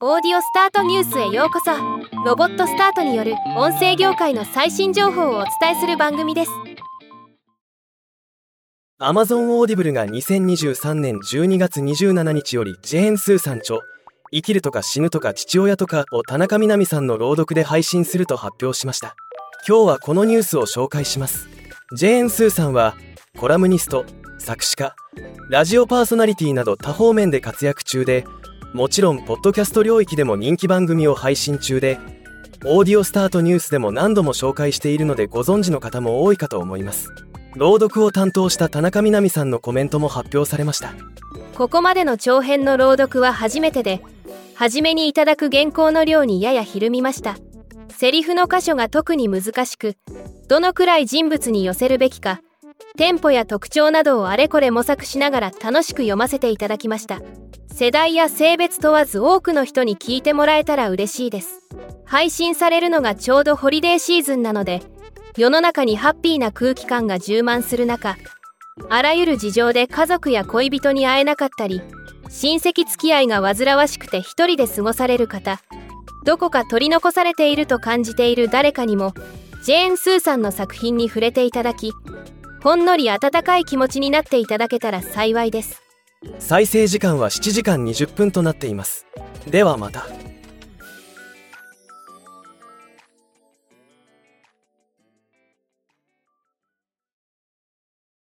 オーディオスタートニュースへようこそ。ロボットスタートによる音声業界の最新情報をお伝えする番組です。 Amazon Audible が2023年12月27日よりジェーン・スーさん著生きるとか死ぬとか父親とかを田中みな実さんの朗読で配信すると発表しました。今日はこのニュースを紹介します。ジェーン・スーさんはコラムニスト、作詞家、ラジオパーソナリティなど多方面で活躍中で、もちろんポッドキャスト領域でも人気番組を配信中で、オーディオスタートニュースでも何度も紹介しているのでご存知の方も多いかと思います。朗読を担当した田中みな実さんのコメントも発表されました。 ここまでの長編の朗読は初めてで、初めにいただく原稿の量にややひるみました。セリフの箇所が特に難しく、どのくらい人物に寄せるべきか、テンポや特徴などをあれこれ模索しながら楽しく読ませていただきました。世代や性別問わず多くの人に聞いてもらえたら嬉しいです。配信されるのがちょうどホリデーシーズンなので、世の中にハッピーな空気感が充満する中、あらゆる事情で家族や恋人に会えなかったり、親戚付き合いが煩わしくて一人で過ごされる方、どこか取り残されていると感じている誰かにも、ジェーン・スーさんの作品に触れていただき、ほんのり温かい気持ちになっていただけたら幸いです。 再生時間は7時間20分となっています。ではまた。